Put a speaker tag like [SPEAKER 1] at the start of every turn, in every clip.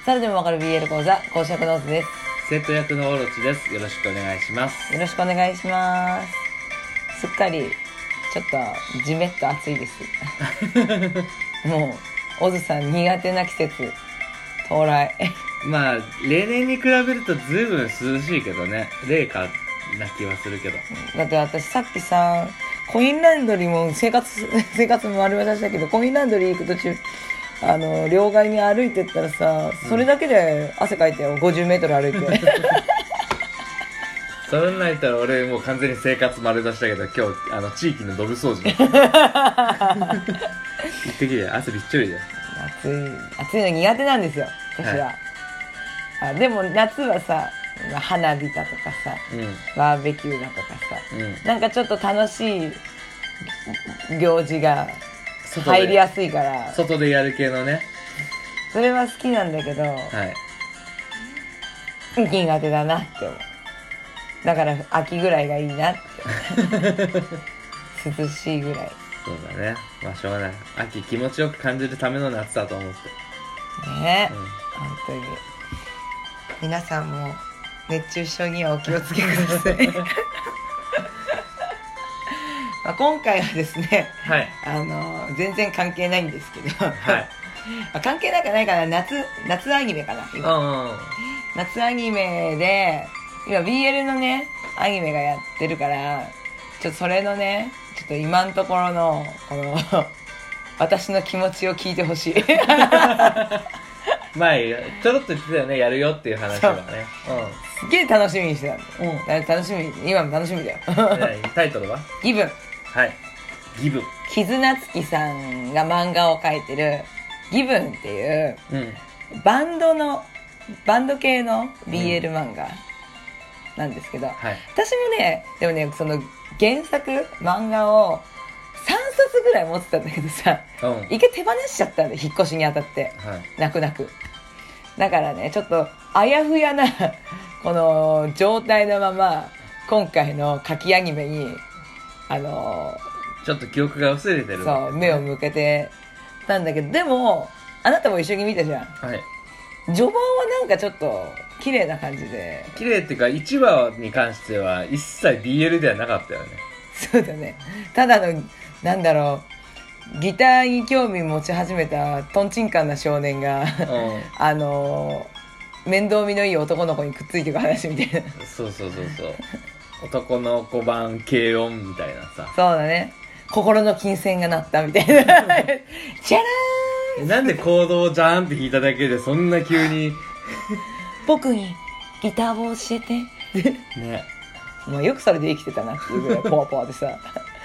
[SPEAKER 1] 誰でもわかる BL 講座講師役ノーズです。
[SPEAKER 2] 生徒役のオロチです。よろしくお願いします。
[SPEAKER 1] よろしくお願いします。すっかりちょっとじめっと暑いですもうオズさん苦手な季節到来
[SPEAKER 2] まあ例年に比べるとずいぶん涼しいけどね、冷夏な気はするけど。
[SPEAKER 1] だって私さっきさ、コインランドリーも生活も丸渡したけど、コインランドリー行く途中両替に歩いてったらさ、それだけで汗かいてよ、50メートル歩いて
[SPEAKER 2] それないったら俺もう完全に生活丸出したけど、今日地域のドブ掃除行ってきて汗びっちょりだよ。
[SPEAKER 1] 暑いの苦手なんですよ私は、はい、でも夏はさ、花火だとかさ、バーベキューだとかさ、なんかちょっと楽しい行事が入りやすいから
[SPEAKER 2] 外でやる系のね、
[SPEAKER 1] それは好きなんだけど、苦手だなって思う。だから秋ぐらいがいいなって涼しいぐらい。
[SPEAKER 2] そうだね、まあしょうがない。秋気持ちよく感じるための夏だと思って
[SPEAKER 1] ね、本当に皆さんも熱中症にはお気をつけくださいまあ今回はですね、全然関係ないんですけど、関係なんかないかな。夏アニメかな今、夏アニメで今 BL のねアニメがやってるから、ちょっとそれのね、ちょっと今のところのこの私の気持ちを聞いてほしい
[SPEAKER 2] 前ちょろっと言ってたよね、やるよっていう話はね。
[SPEAKER 1] すげえ楽しみにしてたんだ、楽しみ、今も楽しみだよ
[SPEAKER 2] タイトルは
[SPEAKER 1] ギブン。
[SPEAKER 2] ギブン。
[SPEAKER 1] 木津夏樹さんが漫画を描いてるギブンっていう、バンド系の BL 漫画なんですけど、私もね、でもね、その原作漫画を3冊ぐらい持ってたんだけどさ、一回手放しちゃったんで、引っ越しにあたって、泣く泣く。だからね、ちょっとあやふやなこの状態のまま今回の夏季アニメに
[SPEAKER 2] ちょっと記憶が薄れてる、
[SPEAKER 1] そう目を向けてたんだけど、でもあなたも一緒に見たじゃん。序盤はなんかちょっと綺麗な感じで、
[SPEAKER 2] 綺麗っていうか1話に関しては一切 BL ではなかったよね。そう
[SPEAKER 1] だね、ただのなんだろう、ギターに興味持ち始めたトンチンカンな少年が面倒見のいい男の子にくっついていく話みたいな
[SPEAKER 2] そう男の子版軽音みたいなさ。
[SPEAKER 1] そうだね、心の金銭が鳴ったみたいなじゃら
[SPEAKER 2] ーんなんでコードをジャーンって弾いただけでそんな急に
[SPEAKER 1] 僕にギターを教えてね、もうよくそれで生きてたなっていうぐらいポワポワでさ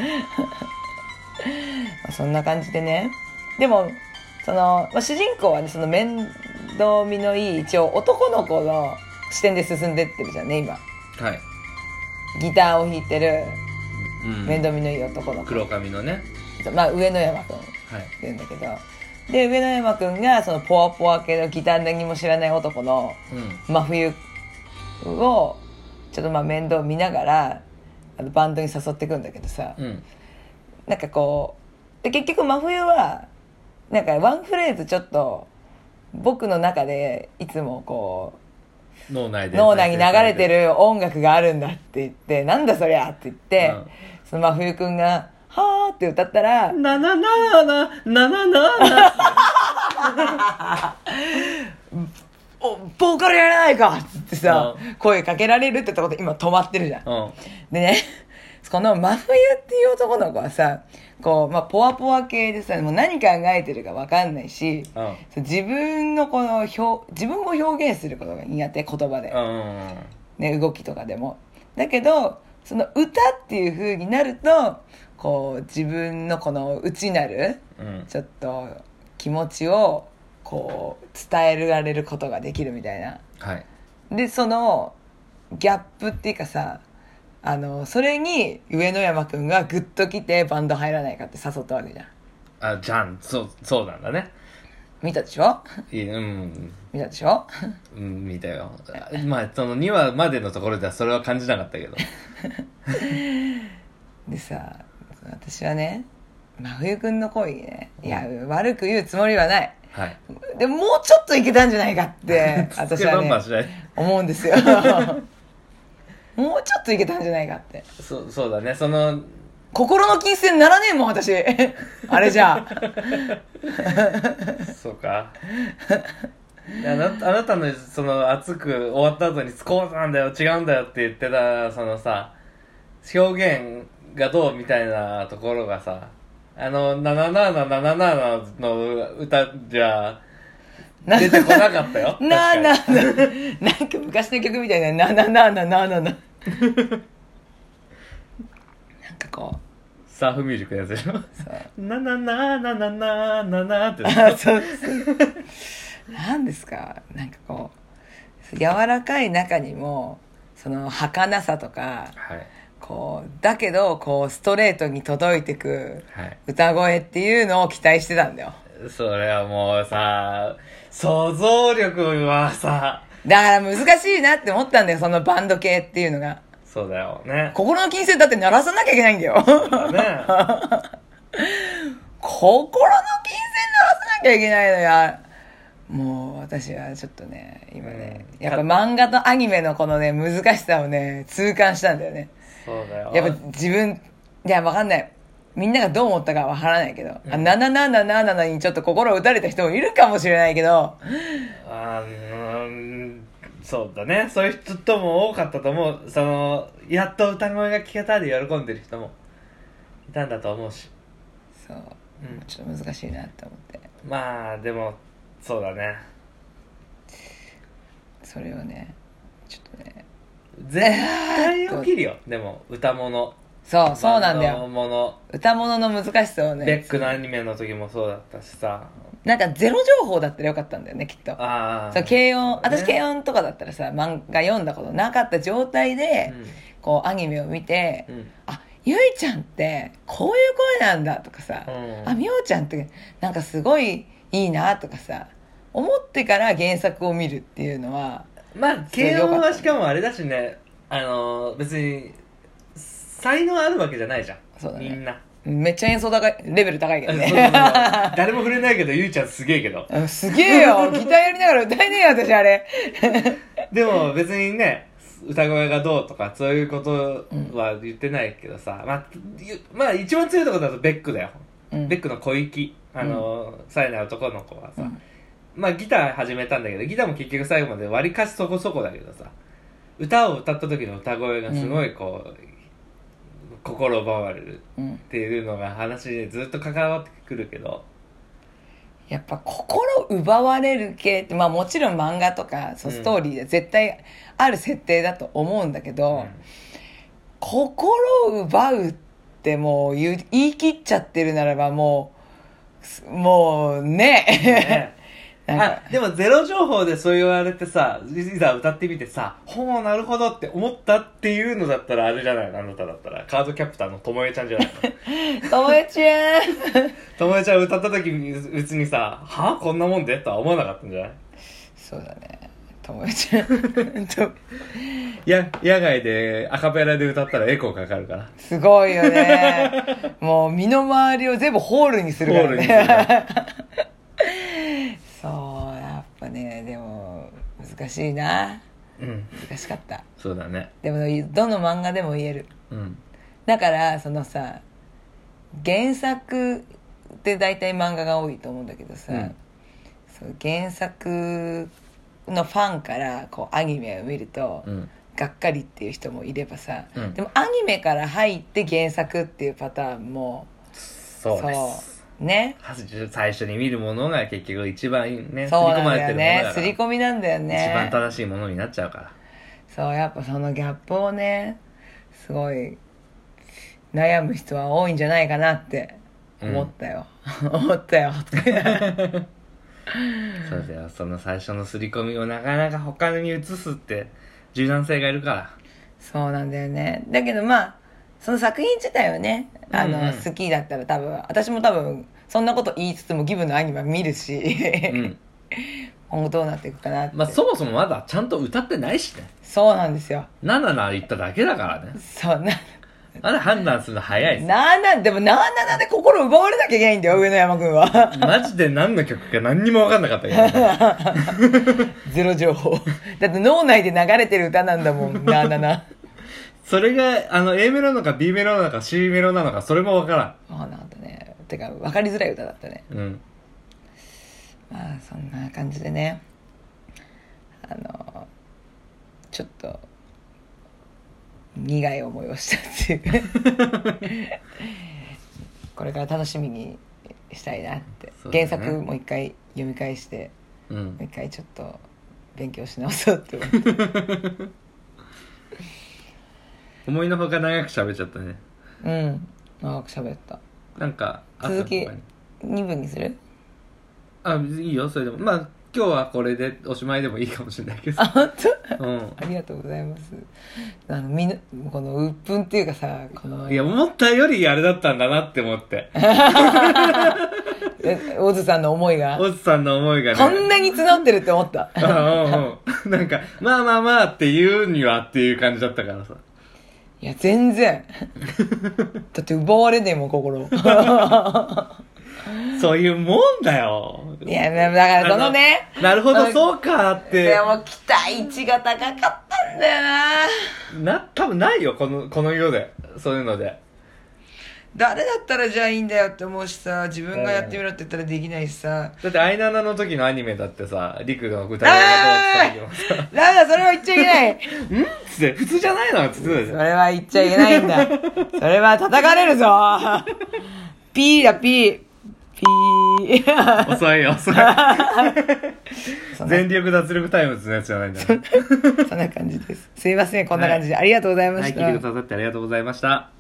[SPEAKER 1] そんな感じでね。でもその、主人公はね、その面倒見のいい一応男の子の視点で進んでってるじゃんね今。ギターを弾いてる面倒見のいい男の子、
[SPEAKER 2] 黒髪のね、
[SPEAKER 1] 上野山くんって言うんだけど、で上野山くんがそのポワポワ系のギター何も知らない男の真冬をちょっと面倒見ながらバンドに誘っていくんだけどさ、なんかこう結局真冬はなんかワンフレーズちょっと僕の中でいつもこう脳内に流れてる音楽があるんだって言って、なんだそりゃって言って、その真冬くんがはーって歌ったらなななななななボーカルやらないかっつってさ、声かけられるってとこで今止まってるじゃん。でね、この真冬っていう男の子はさ、こうポワポワ系でさ、もう何考えてるか分かんないし、自分の自分を表現することが苦手、言葉で、ね、動きとかでも。だけどその歌っていう風になると、こう自分のこの内なる、ちょっと気持ちをこう伝えられることができるみたいな、でそのギャップっていうかさ、それに上野山くんがグッと来てバンド入らないかって誘ったわけじゃん。
[SPEAKER 2] じゃん、そうなんだね。
[SPEAKER 1] 見たでしょ。見たでしょ
[SPEAKER 2] 見たよ。その2話までのところではそれは感じなかったけど
[SPEAKER 1] でさ、私はね、真冬くんの声にね、いや悪く言うつもりはない、
[SPEAKER 2] はい、
[SPEAKER 1] でもうちょっといけたんじゃないかって私はね思うんですよもうちょっといけたんじゃないかって。
[SPEAKER 2] そうだね、その
[SPEAKER 1] 心の金銭ならねえもん私あれじゃ
[SPEAKER 2] そうかあなたのその熱く終わった後にこうなんだよ違うんだよって言ってたそのさ表現がどうみたいなところがさ7777の歌じゃ出てこなかったよ
[SPEAKER 1] なんか昔の曲みたいな7777なんかこう
[SPEAKER 2] サーフミュージックのやつでしょ。ななななななななって。
[SPEAKER 1] そうなんですか、なんかこう柔らかい中にもその儚さとか、
[SPEAKER 2] はい、
[SPEAKER 1] こうだけどこうストレートに届いてく歌声っていうのを期待してたんだよ。
[SPEAKER 2] それはもうさ想像力はさ
[SPEAKER 1] だから難しいなって思ったんだよ、そのバンド系っていうのが。
[SPEAKER 2] そうだよね。
[SPEAKER 1] 心の金銭だって鳴らさなきゃいけないんだよ。ね、心の金銭鳴らさなきゃいけないのよ。もう私はちょっとね今ね、やっぱ漫画とアニメのこのね難しさをね痛感したんだよね。
[SPEAKER 2] そうだよ。
[SPEAKER 1] やっぱ自分いや分かんない、みんながどう思ったか分からないけど、7777にちょっと心を打たれた人もいるかもしれないけど、
[SPEAKER 2] そうだね、そういう人も多かったと思う。そのやっと歌声が聞けたで喜んでる人もいたんだと思うし、
[SPEAKER 1] そう、ちょっと難しいなって思って。
[SPEAKER 2] まあでもそうだね、
[SPEAKER 1] それをねちょっとね
[SPEAKER 2] 絶対起きるよでも歌物、
[SPEAKER 1] そうなんだよ、
[SPEAKER 2] 物
[SPEAKER 1] 歌物の難しさをね、
[SPEAKER 2] ベックのアニメの時もそうだったしさ、
[SPEAKER 1] なんかゼロ情報だったらよかったんだよねきっと。そう軽音、私軽音とかだったらさ漫画読んだことなかった状態で、こうアニメを見て、あゆいちゃんってこういう声なんだとかさ、あみおちゃんってなんかすごいいいなとかさ思ってから原作を見るっていうのは、
[SPEAKER 2] まあ軽音はしかもあれだしね、別に才能あるわけじゃないじゃん。そうだね、みんな
[SPEAKER 1] めっちゃ演奏高いレベル高いけどね
[SPEAKER 2] 誰も触れないけどゆいちゃんすげえけど
[SPEAKER 1] すげえよギターやりながら歌えねえよ私あれ
[SPEAKER 2] でも別にね歌声がどうとかそういうことは言ってないけどさ、まあ一番強いところだとベックだよ、ベックの小粋冴えない男の子はさ、まあギター始めたんだけどギターも結局最後まで割りかしそこそこだけどさ、歌を歌った時の歌声がすごいこう、心奪われるっていうのが話でずっと関わってくるけど、
[SPEAKER 1] やっぱ心奪われる系って、まあもちろん漫画とかストーリーで絶対ある設定だと思うんだけど、心を奪うってもう言い切っちゃってるならばもうね
[SPEAKER 2] でもゼロ情報でそう言われてさいざ歌ってみてさほうなるほどって思ったっていうのだったらあれじゃないの、あなただったらカードキャプターのともえちゃんじゃないの
[SPEAKER 1] ともえちゃん
[SPEAKER 2] ともえちゃん歌った時に別にさはこんなもんでとは思わなかったんじゃない？
[SPEAKER 1] そうだね、ともえちゃん
[SPEAKER 2] 野外でアカペラで歌ったらエコーかかるから
[SPEAKER 1] すごいよねもう身の回りを全部ホールにするからねそうやっぱねでも難しいな、難しかった。
[SPEAKER 2] そうだね。
[SPEAKER 1] でもどの漫画でも言える、だからそのさ原作って大体漫画が多いと思うんだけどさ、そう原作のファンからこうアニメを見ると、がっかりっていう人もいればさ、でもアニメから入って原作っていうパターンも
[SPEAKER 2] そうです
[SPEAKER 1] ね、
[SPEAKER 2] 最初に見るものが結局一番ね、
[SPEAKER 1] そうなんだよね、刷り込みなんだよね、
[SPEAKER 2] 一番正しいものになっちゃうから。
[SPEAKER 1] そうやっぱそのギャップをねすごい悩む人は多いんじゃないかなって思ったよ、思ったよ
[SPEAKER 2] そうだよ、その最初の刷り込みをなかなか他に移すって柔軟性がいるから。
[SPEAKER 1] そうなんだよね。だけどまあその作品自体はね好きだったら多分私も多分そんなこと言いつつもギブのアニメは見るし、今後どうなっていくかなって。
[SPEAKER 2] まあそもそもまだちゃんと歌ってないしね。
[SPEAKER 1] そうなんですよ。
[SPEAKER 2] 77言っただけだからね。
[SPEAKER 1] そう
[SPEAKER 2] あれ判断するの早いっす。
[SPEAKER 1] でもなーなーで心奪われなきゃいけないんだよ、上野山くんは。
[SPEAKER 2] マジで何の曲か何にも分かんなかったけど。
[SPEAKER 1] ゼロ情報。だって脳内で流れてる歌なんだもん、なーなーな。
[SPEAKER 2] それが、A メロなのか B メロなのか C メロなのか、それも分からん。
[SPEAKER 1] 分かんなかったね。てか、分かりづらい歌だったね。
[SPEAKER 2] うん。
[SPEAKER 1] まあ、そんな感じでね。ちょっと、苦い思いをしたっていうこれから楽しみにしたいなって、原作もう一回読み返して、もう一回ちょっと勉強し直そうって思って
[SPEAKER 2] 思いのほか長く喋っちゃったね。
[SPEAKER 1] 長く喋った。
[SPEAKER 2] なんか
[SPEAKER 1] 続き2分にする？
[SPEAKER 2] いいよ、それでも。まあ今日はこれでおしまいでもいいかもしれないけど。
[SPEAKER 1] 本当？ありがとうございます。この鬱憤っていうかさ、
[SPEAKER 2] いや、思ったよりあれだったんだなって思って。
[SPEAKER 1] オズさんの思いが。
[SPEAKER 2] オズさんの思いがね。
[SPEAKER 1] こんなに募ってるって思った。
[SPEAKER 2] なんか、まあまあまあって言うにはっていう感じだったからさ。
[SPEAKER 1] いや、全然。だって奪われねえもん、心。
[SPEAKER 2] そういうもんだよ。
[SPEAKER 1] いや、だからそのね。
[SPEAKER 2] なるほど、そうかって。
[SPEAKER 1] でも期待値が高かったんだよな。
[SPEAKER 2] 多分ないよ、この世で。そういうので。
[SPEAKER 1] 誰だったらじゃあいいんだよって思うしさ、自分がやってみろって言ったらできないしさ。
[SPEAKER 2] だってアイナナの時のアニメだってさ、リクの歌声がどうってた時もさ。
[SPEAKER 1] だそれは言っちゃいけない。
[SPEAKER 2] んつって、普通じゃないのつってたじゃん。
[SPEAKER 1] それは言っちゃいけないんだ。それは叩かれるぞ。ピーだ、ピー。ピー。
[SPEAKER 2] 遅い。全力脱力タイムズのやつじゃないんだね。
[SPEAKER 1] そんな感じです。すいません、こんな感じで。ありがとうございました。
[SPEAKER 2] はい、聞いてくださってありがとうございました。